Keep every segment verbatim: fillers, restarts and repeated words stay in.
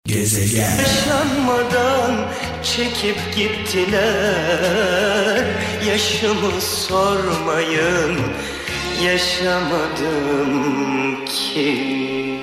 Gezegen. Yaşanmadan çekip gittiler, yaşımı sormayın, yaşamadım ki.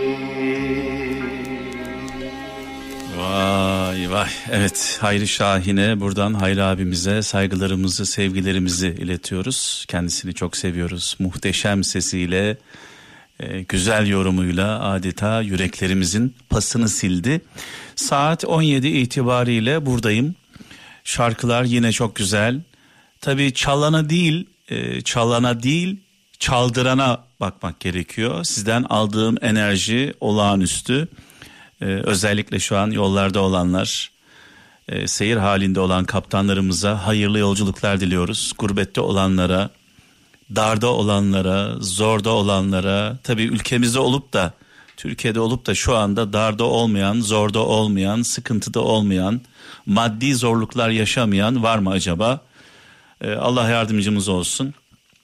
Vay vay, evet, Hayri Şahin'e buradan Hayri abimize saygılarımızı, sevgilerimizi iletiyoruz. Kendisini çok seviyoruz. Muhteşem sesiyle, e, güzel yorumuyla adeta yüreklerimizin pasını sildi. Saat on yedi itibariyle buradayım. Şarkılar yine çok güzel. Tabii çalana değil, e, çalana değil, çaldırana bakmak gerekiyor. Sizden aldığım enerji olağanüstü. Ee, özellikle şu an yollarda olanlar, e, seyir halinde olan kaptanlarımıza hayırlı yolculuklar diliyoruz. Gurbette olanlara, darda olanlara, zorda olanlara, tabii ülkemizde olup da, Türkiye'de olup da şu anda darda olmayan, zorda olmayan, sıkıntıda olmayan, maddi zorluklar yaşamayan var mı acaba? Ee, Allah yardımcımız olsun.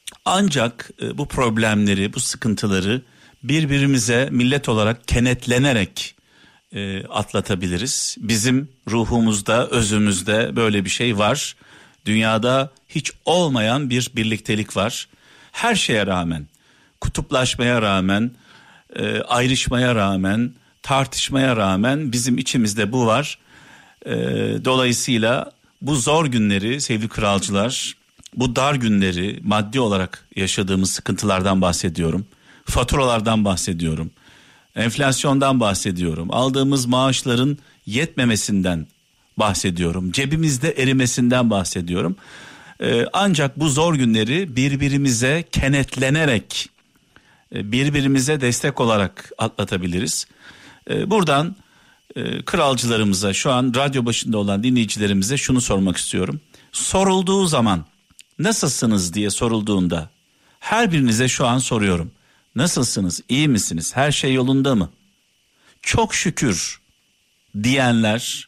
Ancak e, bu problemleri, bu sıkıntıları birbirimize millet olarak kenetlenerek E, atlatabiliriz. Bizim ruhumuzda, özümüzde böyle bir şey var. Dünyada hiç olmayan bir birliktelik var. Her şeye rağmen, kutuplaşmaya rağmen, e, ayrışmaya rağmen, tartışmaya rağmen bizim içimizde bu var. E, dolayısıyla bu zor günleri sevgili kralcılar, bu dar günleri, maddi olarak yaşadığımız sıkıntılardan bahsediyorum. Faturalardan bahsediyorum. Enflasyondan bahsediyorum. Aldığımız maaşların yetmemesinden bahsediyorum. Cebimizde erimesinden bahsediyorum. Ee, ancak bu zor günleri birbirimize kenetlenerek, birbirimize destek olarak atlatabiliriz. Ee, buradan e, kralcılarımıza, şu an radyo başında olan dinleyicilerimize şunu sormak istiyorum. Sorulduğu zaman, nasılsınız diye sorulduğunda, her birinize şu an soruyorum. Nasılsınız? İyi misiniz? Her şey yolunda mı? Çok şükür diyenler,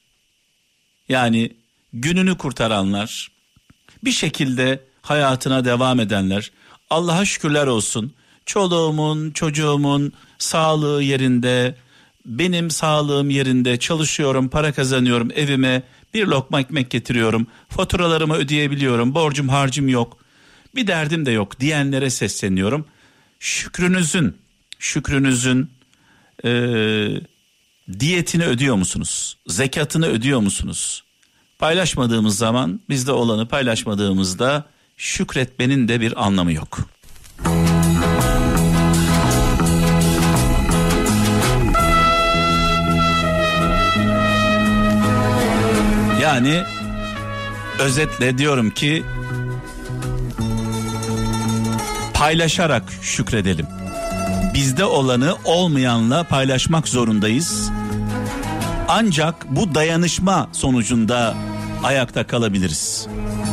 yani gününü kurtaranlar, bir şekilde hayatına devam edenler, Allah'a şükürler olsun. Çoluğumun, çocuğumun sağlığı yerinde, benim sağlığım yerinde, çalışıyorum, para kazanıyorum, evime bir lokma ekmek getiriyorum, faturalarımı ödeyebiliyorum, borcum harcım yok, bir derdim de yok diyenlere sesleniyorum. Şükrünüzün, şükrünüzün e, diyetini ödüyor musunuz? Zekatını ödüyor musunuz? Paylaşmadığımız zaman, bizde olanı paylaşmadığımızda şükretmenin de bir anlamı yok. Yani özetle diyorum ki, paylaşarak şükredelim. Bizde olanı olmayanla paylaşmak zorundayız. Ancak bu dayanışma sonucunda ayakta kalabiliriz.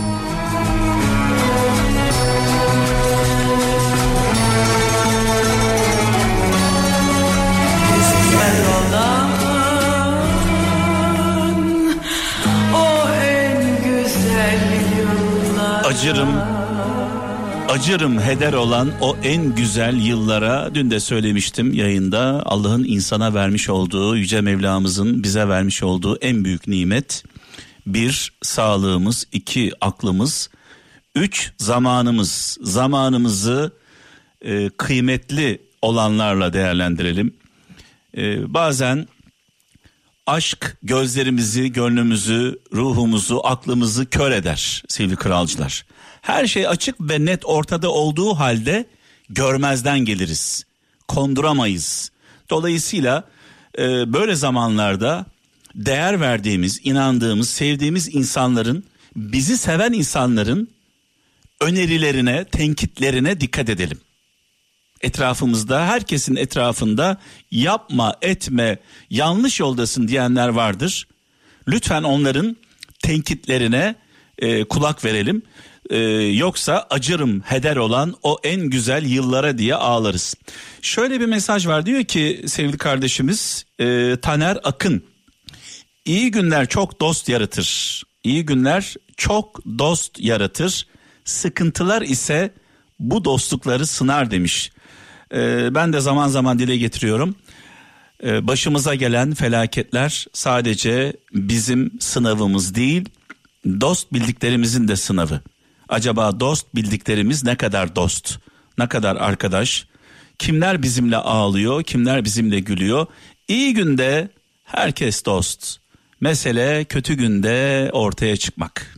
Acırım, acırım heder olan o en güzel yıllara, dün de söylemiştim yayında, Allah'ın insana vermiş olduğu, Yüce Mevlamızın bize vermiş olduğu en büyük nimet, bir sağlığımız, iki aklımız, üç zamanımız. Zamanımızı e, kıymetli olanlarla değerlendirelim. E, bazen aşk gözlerimizi, gönlümüzü, ruhumuzu, aklımızı kör eder sevgili kralcılar. Her şey açık ve net ortada olduğu halde görmezden geliriz. Konduramayız. Dolayısıyla e, böyle zamanlarda değer verdiğimiz, inandığımız, sevdiğimiz insanların, bizi seven insanların önerilerine, tenkitlerine dikkat edelim. Etrafımızda, herkesin etrafında yapma, etme, yanlış yoldasın diyenler vardır. Lütfen onların tenkitlerine e, kulak verelim. Ee, yoksa acırım heder olan o en güzel yıllara diye ağlarız. Şöyle bir mesaj var, diyor ki sevgili kardeşimiz e, Taner Akın. İyi günler çok dost yaratır. İyi günler çok dost yaratır. Sıkıntılar ise bu dostlukları sınar demiş. Ee, ben de zaman zaman dile getiriyorum. Ee, başımıza gelen felaketler sadece bizim sınavımız değil, dost bildiklerimizin de sınavı. Acaba dost bildiklerimiz ne kadar dost, ne kadar arkadaş? Kimler bizimle ağlıyor, kimler bizimle gülüyor? İyi günde herkes dost. Mesele kötü günde ortaya çıkmak.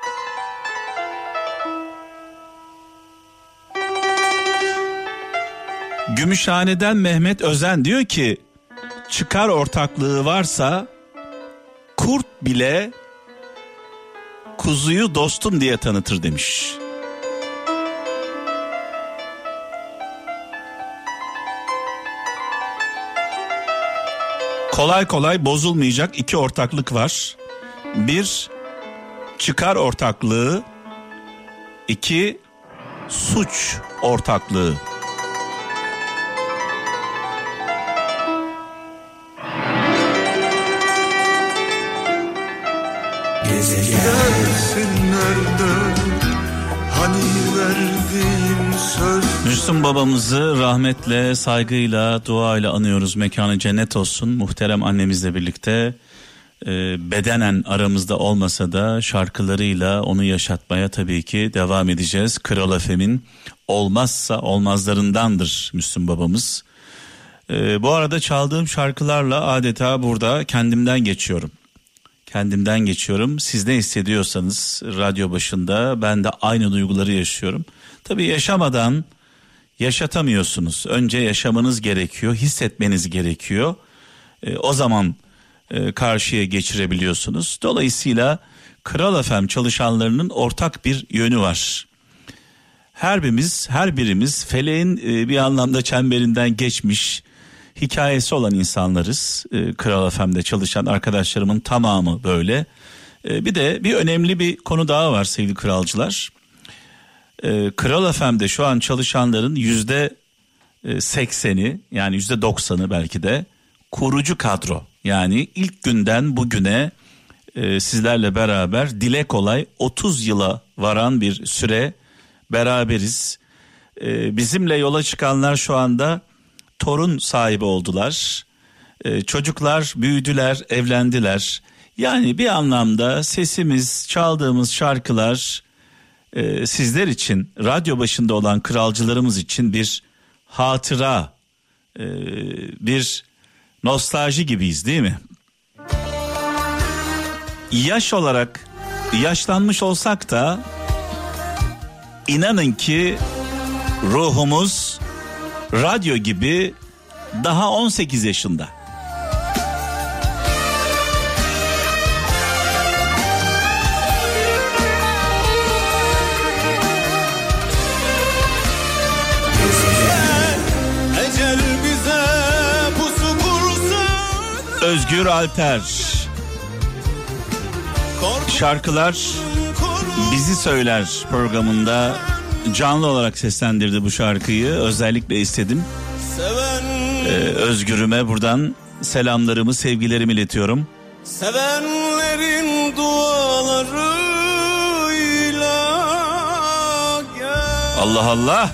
Gümüşhane'den Mehmet Özen diyor ki, çıkar ortaklığı varsa kurt bile kuzuyu dostum diye tanıtır demiş. Kolay kolay bozulmayacak iki ortaklık var. Bir, çıkar ortaklığı. İki, suç ortaklığı. Hani verdiğim söz. Müslüm babamızı rahmetle, saygıyla, duayla anıyoruz. Mekanı cennet olsun. Muhterem annemizle birlikte e, bedenen aramızda olmasa da şarkılarıyla onu yaşatmaya tabii ki devam edeceğiz. Kral F M'in olmazsa olmazlarındandır Müslüm babamız. E, bu arada çaldığım şarkılarla adeta burada kendimden geçiyorum. Kendimden geçiyorum. Siz ne hissediyorsanız radyo başında ben de aynı duyguları yaşıyorum. Tabii yaşamadan yaşatamıyorsunuz. Önce yaşamanız gerekiyor, hissetmeniz gerekiyor. E, o zaman e, karşıya geçirebiliyorsunuz. Dolayısıyla Kral F M çalışanlarının ortak bir yönü var. Her birimiz, her birimiz feleğin e, bir anlamda çemberinden geçmiş hikayesi olan insanlarız. E, Kral F M'de çalışan arkadaşlarımın tamamı böyle. E, bir de bir önemli bir konu daha var sevgili kralcılar. E, Kral F M'de şu an çalışanların yüzde sekseni, yani yüzde doksanı belki de kurucu kadro. Yani ilk günden bugüne e, sizlerle beraber dile kolay otuz yıla varan bir süre beraberiz. E, bizimle yola çıkanlar şu anda torun sahibi oldular. Ee, çocuklar büyüdüler, evlendiler. Yani bir anlamda sesimiz, çaldığımız şarkılar e, sizler için, radyo başında olan kralcılarımız için bir hatıra, e, bir nostalji gibiyiz değil mi? Yaş olarak yaşlanmış olsak da inanın ki ruhumuz radyo gibi daha on sekiz yaşında. Özgür Alper. Şarkılar bizi söyler programında canlı olarak seslendirdi bu şarkıyı. Özellikle istedim. Ee, Özgür'üme buradan selamlarımı, sevgilerimi iletiyorum. Sevenlerin dualarıyla gel. Allah Allah.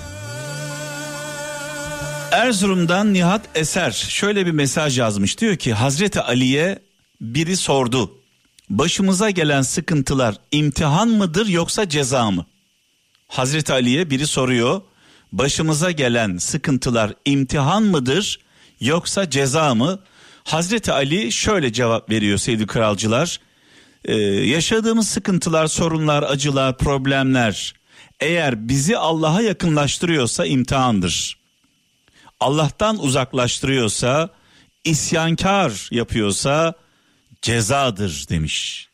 Erzurum'dan Nihat Eser şöyle bir mesaj yazmış. Diyor ki Hazreti Ali'ye biri sordu. Başımıza gelen sıkıntılar imtihan mıdır yoksa ceza mı? Hazreti Ali'ye biri soruyor. Başımıza gelen sıkıntılar imtihan mıdır yoksa ceza mı? Hazreti Ali şöyle cevap veriyor sevgili kralcılar. Ee, yaşadığımız sıkıntılar, sorunlar, acılar, problemler eğer bizi Allah'a yakınlaştırıyorsa imtihandır. Allah'tan uzaklaştırıyorsa, isyankar yapıyorsa cezadır demiş.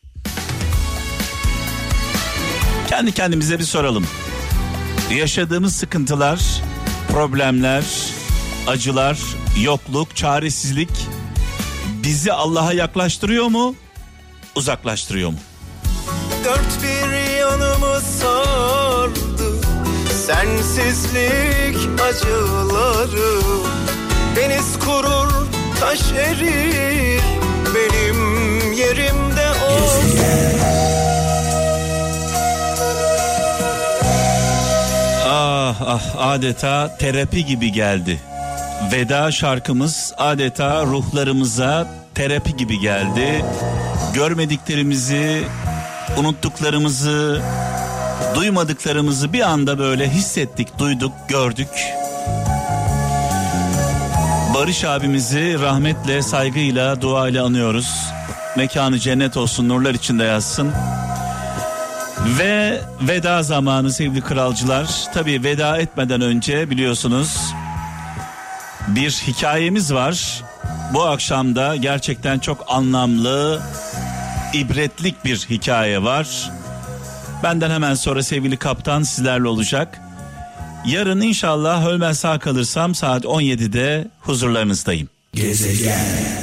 Kendi kendimize bir soralım. Yaşadığımız sıkıntılar, problemler, acılar, yokluk, çaresizlik bizi Allah'a yaklaştırıyor mu, uzaklaştırıyor mu? Dört bir yanımı sardı sensizlik acıları. Deniz kurur, taş erir, benim yerimde o. Ah ah, adeta terapi gibi geldi. veda şarkımız adeta ruhlarımıza terapi gibi geldi. Görmediklerimizi, unuttuklarımızı, duymadıklarımızı bir anda böyle hissettik, duyduk, gördük. Barış abimizi rahmetle, saygıyla, duayla anıyoruz. Mekanı cennet olsun, nurlar içinde yatsın. Ve veda zamanı sevgili kralcılar. Tabii veda etmeden önce biliyorsunuz bir hikayemiz var. Bu akşam da gerçekten çok anlamlı, ibretlik bir hikaye var. Benden hemen sonra sevgili kaptan sizlerle olacak. Yarın inşallah ölmez sağ kalırsam saat on yedide huzurlarınızdayım. Gezegen.